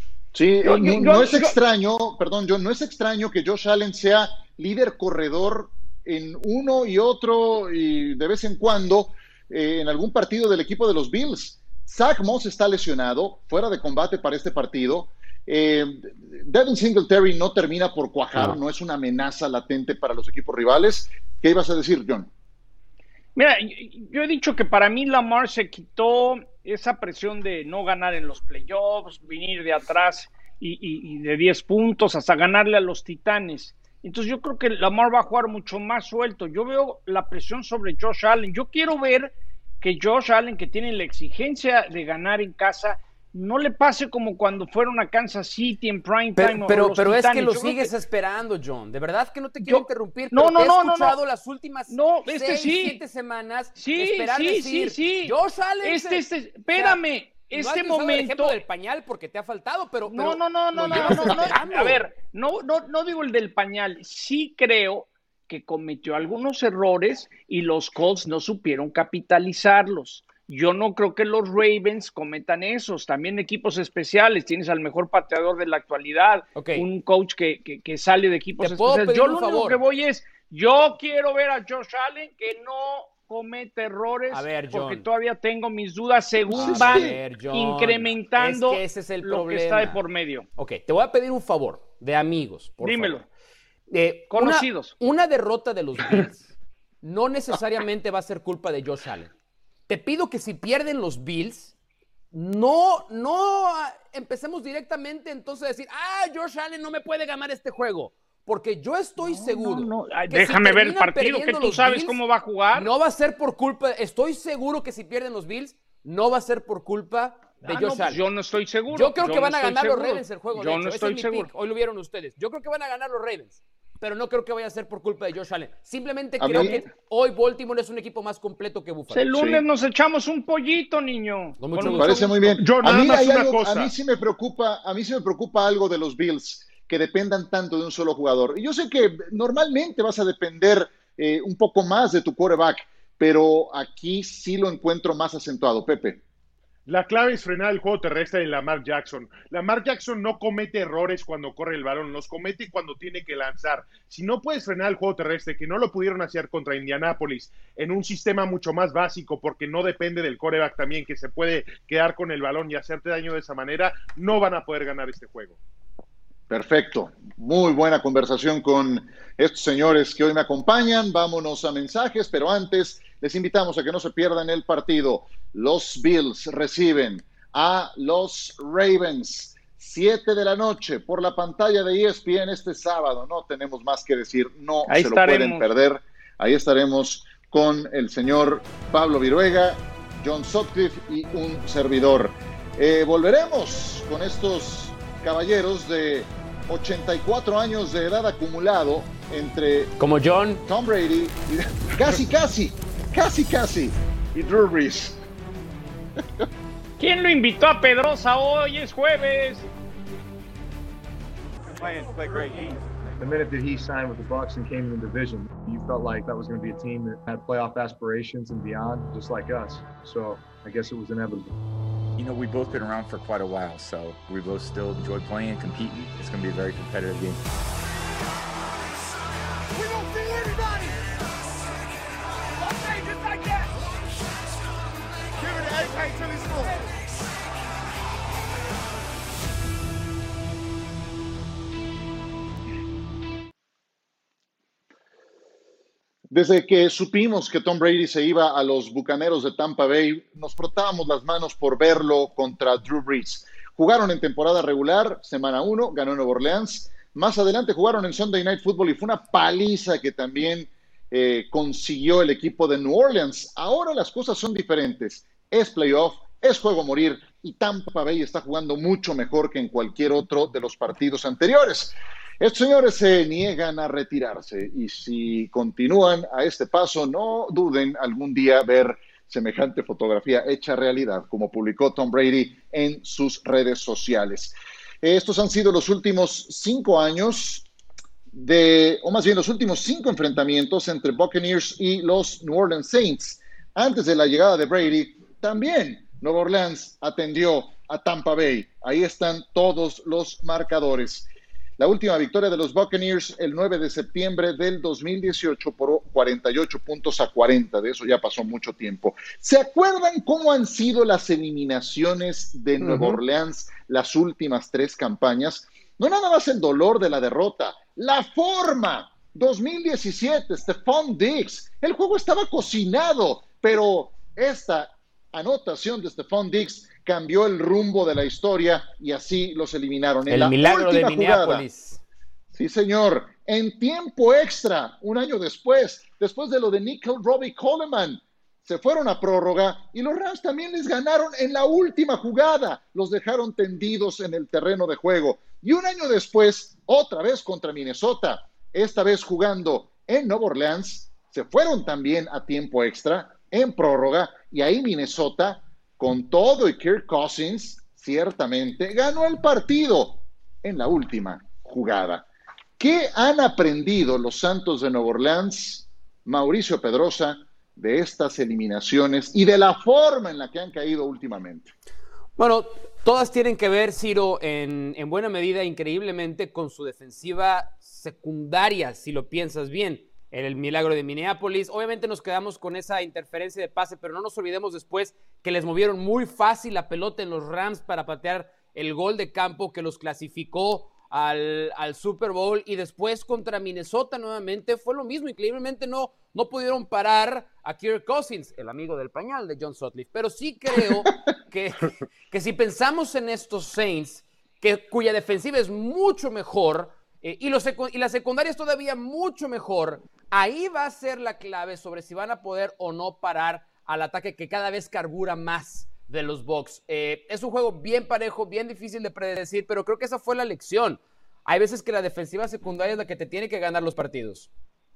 Sí, yo, no, yo, no es yo, extraño, perdón, John, no es extraño que Josh Allen sea líder corredor en uno y otro y de vez en cuando eh, en algún partido del equipo de los Bills. Zach Moss está lesionado, fuera de combate para este partido. Eh, Devin Singletary no termina por cuajar, no. no es una amenaza latente para los equipos rivales. ¿Qué ibas a decir, John? Mira, yo he dicho que para mí Lamar se quitó esa presión de no ganar en los playoffs, venir de atrás y, y, y de diez puntos hasta ganarle a los Titanes. Entonces yo creo que Lamar va a jugar mucho más suelto. Yo veo la presión sobre Josh Allen. Yo quiero ver que Josh Allen, que tiene la exigencia de ganar en casa, no le pase como cuando fueron a Kansas City en prime time. Pero, pero, los pero es que lo Yo sigues que... esperando, John. De verdad que no te quiero Yo... interrumpir, no, pero no, te he no, escuchado no, no. las últimas no, seis, este sí. siete semanas sí, esperar sí, decir, sí, sí. Josh Allen... Este, este, espérame, o sea, este no has momento... el ejemplo del pañal porque te ha faltado, pero... No, pero no, no, no, no, no, no, no. A ver, no, no, no digo el del pañal. Sí creo que cometió algunos errores y los Colts no supieron capitalizarlos. Yo no creo que los Ravens cometan esos. También equipos especiales. Tienes al mejor pateador de la actualidad. Okay. Un coach que, que, que sale de equipos ¿Te puedo especiales. pedir Yo un lo único favor? que voy es, yo quiero ver a Josh Allen que no comete errores, a ver, John, porque todavía tengo mis dudas según a van ver, John, incrementando es que ese es el lo problema. que está de por medio. Ok, te voy a pedir un favor de amigos, por Dímelo. favor. Eh, Conocidos. Una, una derrota de los Bills no necesariamente va a ser culpa de Josh Allen. Te pido que si pierden los Bills, no, no empecemos directamente entonces a decir, ah, Josh Allen no me puede ganar este juego. Porque yo estoy no, seguro. No, no. Ay, que déjame si ver el partido, que tú sabes Bills, cómo va a jugar. No va a ser por culpa. Estoy seguro que si pierden los Bills, no va a ser por culpa de ah, Josh no, pues Allen. yo no estoy seguro. Yo creo yo que van no a ganar seguro. los Ravens el juego. Yo de no hecho. estoy Ese es seguro. mi pick. Hoy lo vieron ustedes. Yo creo que van a ganar los Ravens. Pero no creo que vaya a ser por culpa de Josh Allen. Simplemente A creo mí... que hoy Baltimore es un equipo más completo que Buffalo. El lunes sí. nos echamos un pollito, niño. Me parece muy bien. Yo, a, mí hay algo, una cosa. a mí sí me preocupa, a mí sí me preocupa algo de los Bills, que dependan tanto de un solo jugador. Y yo sé que normalmente vas a depender eh, un poco más de tu quarterback, pero aquí sí lo encuentro más acentuado. Pepe. La clave es frenar el juego terrestre de Lamar Jackson. Lamar Jackson no comete errores cuando corre el balón, los comete cuando tiene que lanzar. Si no puedes frenar el juego terrestre, que no lo pudieron hacer contra Indianapolis, en un sistema mucho más básico, porque no depende del quarterback también, que se puede quedar con el balón y hacerte daño de esa manera, no van a poder ganar este juego. Perfecto. Muy buena conversación con estos señores que hoy me acompañan. Vámonos a mensajes, pero antes les invitamos a que no se pierdan el partido. Los Bills reciben a los Ravens. Siete de la noche por la pantalla de E S P N este sábado. No tenemos más que decir, no Ahí se estaremos. lo pueden perder. Ahí estaremos con el señor Pablo Viruega, John Sutcliffe y un servidor. Eh, volveremos con estos caballeros de ochenta y cuatro años de edad acumulado entre como John, Tom Brady y casi, casi, casi, casi y Drew Brees. ¿Quién lo invitó a Pedrosa hoy? Es jueves. Playing, play great. The minute that he signed with the Bucs and came in the division, you felt like that was going to be a team that had playoff aspirations and beyond, just like us. So I guess it was inevitable. You know, we've both been around for quite a while, so we both still enjoy playing and competing. It's going to be a very competitive game. We don't see anybody. Okay, just like that. Give it an eight till he scores. Desde que supimos que Tom Brady se iba a los Bucaneros de Tampa Bay, nos frotábamos las manos por verlo contra Drew Brees. Jugaron en temporada regular, semana uno, ganó Nueva Orleans. Más adelante jugaron en Sunday Night Football y fue una paliza que también eh, consiguió el equipo de New Orleans. Ahora las cosas son diferentes. Es playoff, es juego a morir y Tampa Bay está jugando mucho mejor que en cualquier otro de los partidos anteriores. Estos señores se niegan a retirarse y si continúan a este paso, no duden algún día ver semejante fotografía hecha realidad, como publicó Tom Brady en sus redes sociales. Estos han sido los últimos cinco años de, o más bien los últimos cinco enfrentamientos entre Buccaneers y los New Orleans Saints. Antes de la llegada de Brady, también Nueva Orleans atendió a Tampa Bay. Ahí están todos los marcadores. La última victoria de los Buccaneers el nueve de septiembre del dos mil dieciocho por cuarenta y ocho puntos a cuarenta. De eso ya pasó mucho tiempo. ¿Se acuerdan cómo han sido las eliminaciones de Nueva uh-huh. Orleans las últimas tres campañas? No nada más el dolor de la derrota, la forma. dos mil diecisiete, Stephon Diggs. El juego estaba cocinado, pero esta anotación de Stephon Diggs cambió el rumbo de la historia y así los eliminaron. En el la milagro de Minneapolis. Jugada, sí, señor. En tiempo extra, un año después, después de lo de Nickel Robbie Coleman, se fueron a prórroga y los Rams también les ganaron en la última jugada. Los dejaron tendidos en el terreno de juego. Y un año después, otra vez contra Minnesota, esta vez jugando en Nueva Orleans, se fueron también a tiempo extra, en prórroga, y ahí Minnesota, con todo y Kirk Cousins, ciertamente ganó el partido en la última jugada. ¿Qué han aprendido los Santos de Nueva Orleans, Mauricio Pedrosa, de estas eliminaciones y de la forma en la que han caído últimamente? Bueno, todas tienen que ver, Ciro, en, en buena medida, increíblemente, con su defensiva secundaria, si lo piensas bien. En el milagro de Minneapolis, obviamente nos quedamos con esa interferencia de pase, pero no nos olvidemos después que les movieron muy fácil la pelota en los Rams para patear el gol de campo que los clasificó al, al Super Bowl, y después contra Minnesota nuevamente fue lo mismo. Increíblemente no, no pudieron parar a Kirk Cousins, el amigo del pañal de John Sutcliffe, pero sí creo que, que si pensamos en estos Saints, que, cuya defensiva es mucho mejor, eh, y, los secu- y la secundaria es todavía mucho mejor, ahí va a ser la clave sobre si van a poder o no parar al ataque que cada vez carbura más de los Bucs. Eh, es un juego bien parejo, bien difícil de predecir, pero creo que esa fue la lección. Hay veces que la defensiva secundaria es la que te tiene que ganar los partidos.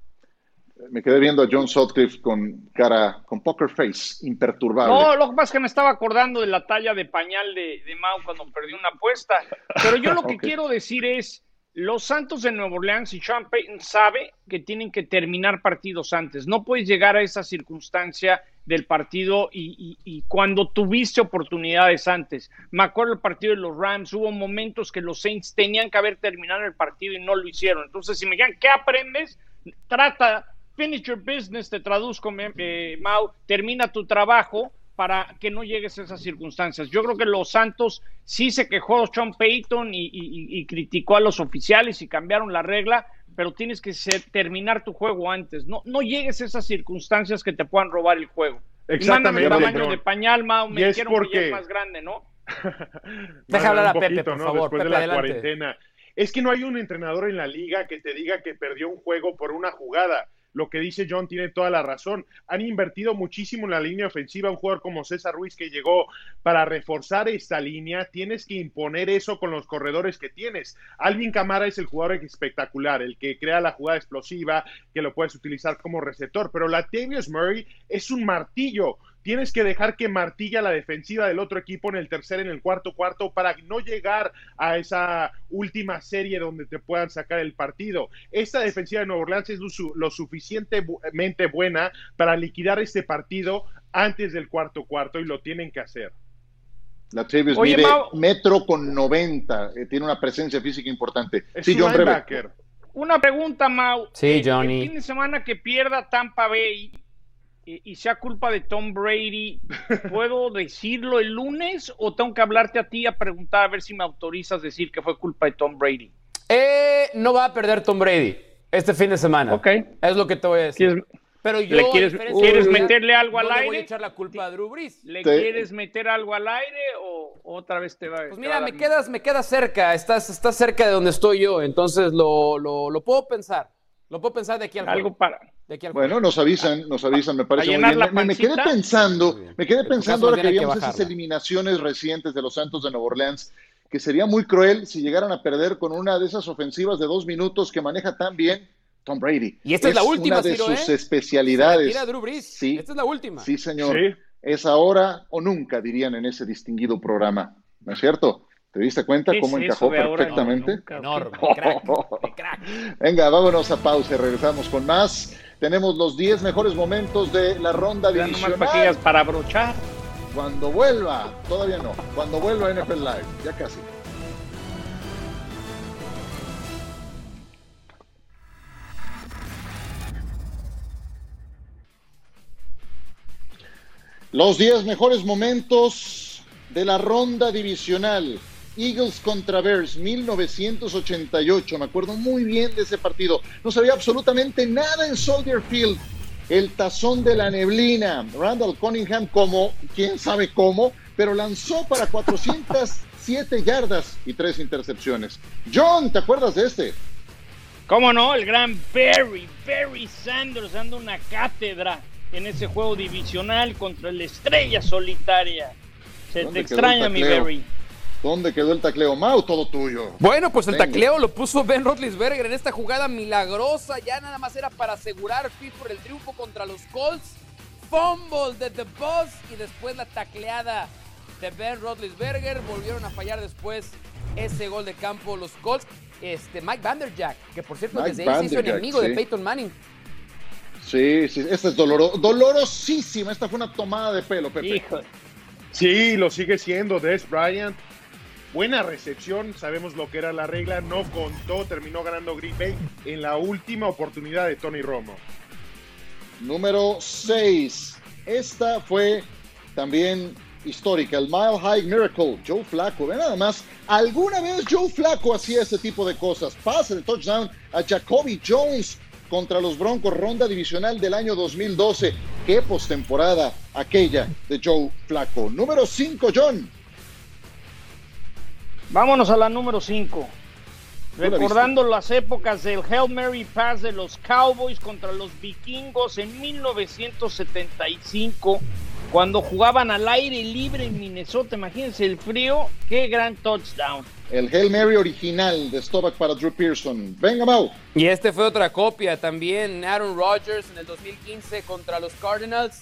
Me quedé viendo a John Sutcliffe con cara, con poker face, imperturbable. No, lo que pasa es que me estaba acordando de la talla de pañal de, de Mau cuando perdió una apuesta. Pero yo lo que okay. quiero decir es, los Santos de Nueva Orleans y Sean Payton sabe que tienen que terminar partidos antes. No puedes llegar a esa circunstancia del partido y, y, y cuando tuviste oportunidades antes. Me acuerdo del partido de los Rams, hubo momentos que los Saints tenían que haber terminado el partido y no lo hicieron. Entonces, si me digan, ¿qué aprendes? Trata, finish your business, te traduzco, eh, Mau, termina tu trabajo para que no llegues a esas circunstancias. Yo creo que los Santos sí se quejó Sean Payton y, y, y criticó a los oficiales y cambiaron la regla, pero tienes que ser, terminar tu juego antes. No, no llegues a esas circunstancias que te puedan robar el juego. Exactamente. Y mándame el tamaño de pañal, Mau, me es dijeron porque... que ya es más grande, ¿no? Deja hablar a Un Pepe, poquito, por ¿no? favor. Después Pepe, de la adelante. cuarentena. Es que no hay un entrenador en la liga que te diga que perdió un juego por una jugada. Lo que dice John tiene toda la razón. Han invertido muchísimo en la línea ofensiva. Un jugador como César Ruiz que llegó para reforzar esta línea. Tienes que imponer eso con los corredores que tienes. Alvin Kamara es el jugador espectacular, el que crea la jugada explosiva, que lo puedes utilizar como receptor. Pero Latavius Murray es un martillo. Tienes que dejar que martilla la defensiva del otro equipo en el tercer, en el cuarto cuarto, para no llegar a esa última serie donde te puedan sacar el partido. Esta defensiva de Nueva Orleans es lo, su lo suficientemente buena para liquidar este partido antes del cuarto cuarto y lo tienen que hacer. Latavius mide metro con noventa, eh, tiene una presencia física importante. Es sí, un John linebacker. Una pregunta, Mau. Sí, Eh, Johnny. El fin de semana que pierda Tampa Bay y, y sea culpa de Tom Brady, ¿puedo decirlo el lunes o tengo que hablarte a ti a preguntar a ver si me autorizas decir que fue culpa de Tom Brady? Eh, no va a perder Tom Brady este fin de semana. Ok. Es lo que te voy a decir. ¿Quieres, Pero yo, ¿le quieres, a diferencia ¿quieres de- meterle algo al no le aire? voy a echar la culpa a Drew Brees. ¿Le Sí. quieres meter algo al aire o otra vez te va, Pues te va mira, a me dar- quedas, me quedas cerca, estás, estás cerca de donde estoy yo, entonces lo, lo, lo puedo pensar. Lo puedo pensar de aquí al algo juego. para... De aquí al Bueno, juego. nos avisan, nos avisan, me parece muy llenar bien. la Me, me quedé pancita? pensando, Muy bien. me quedé En tu pensando caso, ahora que más bien hay que veíamos esas bajarla. eliminaciones recientes de los Santos de Nueva Orleans, que sería muy cruel si llegaran a perder con una de esas ofensivas de dos minutos que maneja tan bien Tom Brady. Y esta es la última, una de Ciro, sus ¿eh? especialidades. Se retira Drew Brees. Sí. Esta es la última. Sí, señor. Sí. Es ahora o nunca, dirían en ese distinguido programa. ¿No es cierto? ¿Te diste cuenta ¿Qué cómo es encajó eso de ahora? perfectamente? No, nunca. Enorme, crack, de crack. Venga, vámonos a pausa y regresamos con más. Tenemos los diez mejores momentos de la ronda Ya nomás divisional. para que digas, para brochar. Cuando vuelva, todavía no, cuando vuelva a N F L Live, ya casi. Los diez mejores momentos de la ronda divisional. Eagles contra Bears, mil novecientos ochenta y ocho. Me acuerdo muy bien de ese partido. No sabía absolutamente nada en Soldier Field. El tazón de la neblina. Randall Cunningham, como, quién sabe cómo, pero lanzó para cuatrocientas siete yardas y tres intercepciones. John, ¿te acuerdas de este? ¿Cómo no? El gran Barry, Barry Sanders dando una cátedra en ese juego divisional contra la estrella solitaria. Se ¿Dónde te quedó extraña, el mi tacleo? Barry. ¿Dónde quedó el tacleo? Mau, todo tuyo. Bueno, pues el Venga. tacleo lo puso Ben Roethlisberger en esta jugada milagrosa. Ya nada más era para asegurar Pittsburgh el triunfo contra los Colts. Fumble de The Boss y después la tacleada de Ben Roethlisberger. Volvieron a fallar después ese gol de campo los Colts. Este, Mike Vanderjagt, que por cierto Mike desde ahí se hizo Vanderjagt, enemigo sí. de Peyton Manning. Sí, sí, esta es doloro, dolorosísima. Esta fue una tomada de pelo, Pepe. Hijo, Sí, lo sigue siendo. Des Bryant, buena recepción. Sabemos lo que era la regla. No contó. Terminó ganando Green Bay en la última oportunidad de Tony Romo. Número seis. Esta fue también histórica. El Mile High Miracle. Joe Flacco. Ve nada más. Alguna vez Joe Flacco hacía ese tipo de cosas. Pase de touchdown a Jacoby Jones contra los Broncos. Ronda divisional del año dos mil doce. Qué postemporada aquella de Joe Flacco. Número cinco, John. vámonos a la número cinco. Tú la Recordando las épocas del Hail Mary Pass de los Cowboys contra los Vikingos en mil novecientos setenta y cinco, cuando jugaban al aire libre en Minnesota. Imagínense el frío, qué gran touchdown. El Hail Mary original de Staubach para Drew Pearson. Venga, Mau. Y este fue otra copia también. Aaron Rodgers en el dos mil quince contra los Cardinals.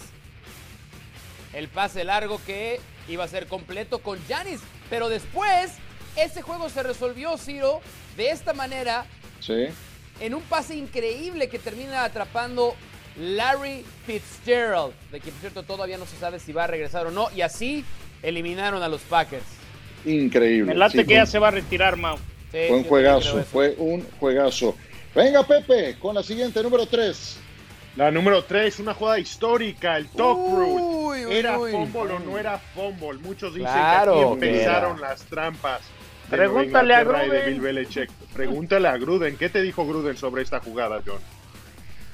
El pase largo que iba a ser completo con Giannis. Pero después, ese juego se resolvió, Ciro, de esta manera. Sí. En un pase increíble que termina atrapando Larry Fitzgerald. De quien, por cierto, todavía no se sabe si va a regresar o no. Y así eliminaron a los Packers. Increíble. Me late Sí, que fue- ya se va a retirar, Mau. Sí, Fue un yo juegazo, también creo eso. fue un juegazo. Venga, Pepe, con la siguiente, número tres. La número tres, una jugada histórica, el Talk Uy, Rule. uy, ¿Era uy. fumble o no era fumble? Muchos dicen Claro que aquí que empezaron era. las trampas de Pregúntale Nueva a Inglaterra y de Gruden. Bill Belichick. Pregúntale a Gruden. ¿Qué te dijo Gruden sobre esta jugada, John?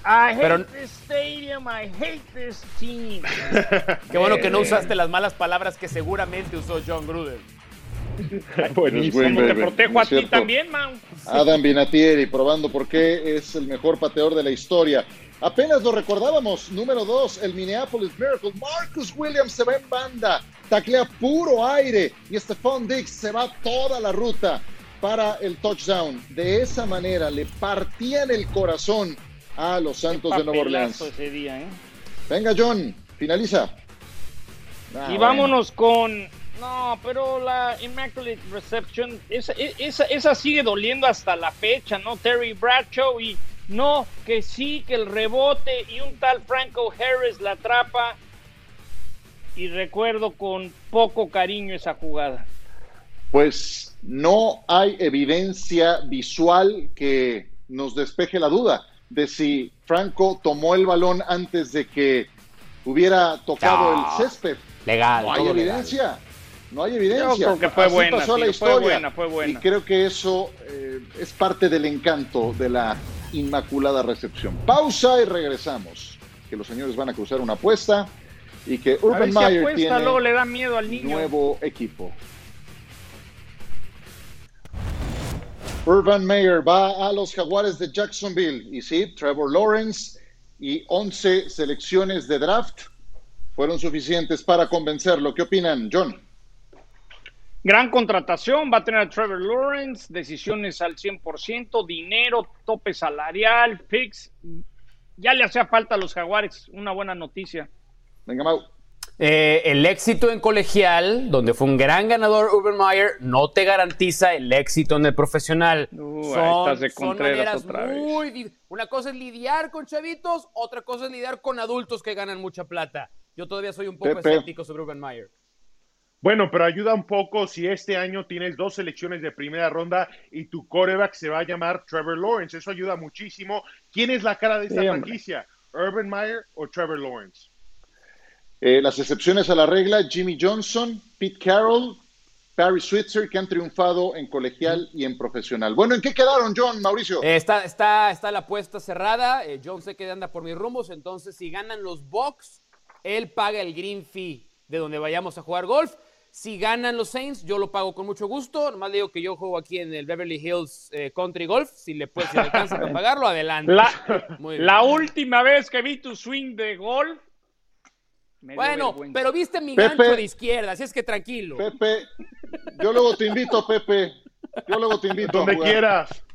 I hate Pero- this stadium, I hate this team. Qué bueno que no usaste las malas palabras que seguramente usó John Gruden. Buenísimo. Como te protejo a Es ti cierto. también, man. Adam Vinatieri probando por qué es el mejor pateador de la historia. Apenas lo recordábamos, número dos, el Minneapolis Miracle. Marcus Williams se va en banda, taclea puro aire y Stephon Diggs se va toda la ruta para el touchdown. De esa manera le partían el corazón a los Santos de Nueva Orleans. Papelazo ese día, ¿eh? Venga, John, finaliza. Ah, y bueno. vámonos con... No, pero la Immaculate Reception, esa, esa, esa sigue doliendo hasta la fecha, ¿no? Terry Bradshaw y no, que sí, que el rebote y un tal Franco Harris la atrapa. Y recuerdo con poco cariño esa jugada. Pues no hay evidencia visual que nos despeje la duda de si Franco tomó el balón antes de que hubiera tocado No. el césped. Legal, No hay todo legal. evidencia. No hay evidencia. Yo creo que fue Así buena, pasó la tío, fue historia. buena, fue buena. Y creo que eso eh, es parte del encanto de la inmaculada recepción. Pausa y regresamos. Que los señores van a cruzar una apuesta y que A ver Urban si Meyer apuesta, tiene luego le da miedo al niño. nuevo equipo. Urban Meyer va a los Jaguares de Jacksonville. Y sí, Trevor Lawrence y once selecciones de draft fueron suficientes para convencerlo. ¿Qué opinan, John? Gran contratación, va a tener a Trevor Lawrence, decisiones al cien por ciento, dinero, tope salarial, picks. Ya le hacía falta a los Jaguares, una buena noticia. Venga, Mau. Eh, el éxito en colegial, donde fue un gran ganador Urban Meyer, no te garantiza el éxito en el profesional. Uh, ahí estás de Contreras maneras otra vez. muy di- Una cosa es lidiar con chavitos, otra cosa es lidiar con adultos que ganan mucha plata. Yo todavía soy un poco Pepe. escéptico sobre Urban Meyer. Bueno, pero ayuda un poco si este año tienes dos selecciones de primera ronda y tu quarterback se va a llamar Trevor Lawrence. Eso ayuda muchísimo. ¿Quién es la cara de esta Sí, hombre. franquicia? ¿Urban Meyer o Trevor Lawrence? Eh, las excepciones a la regla, Jimmy Johnson, Pete Carroll, Barry Switzer, que han triunfado en colegial y en profesional. Bueno, ¿en qué quedaron, John, Mauricio? Eh, está, está, está la apuesta cerrada. Eh, John sé que anda por mis rumbos, entonces si ganan los Bucks, él paga el green fee de donde vayamos a jugar golf. Si ganan los Saints, yo lo pago con mucho gusto. Nomás le digo que yo juego aquí en el Beverly Hills eh, Country Golf. Si le puede, si le alcanza para pagarlo, adelante. La, Muy bien. la última vez que vi tu swing de golf. me dio Bueno, vergüenza. pero viste mi Pepe. gancho de izquierda, así es que tranquilo. Pepe, yo luego te invito, Pepe. Yo luego te invito. Donde a jugar. quieras.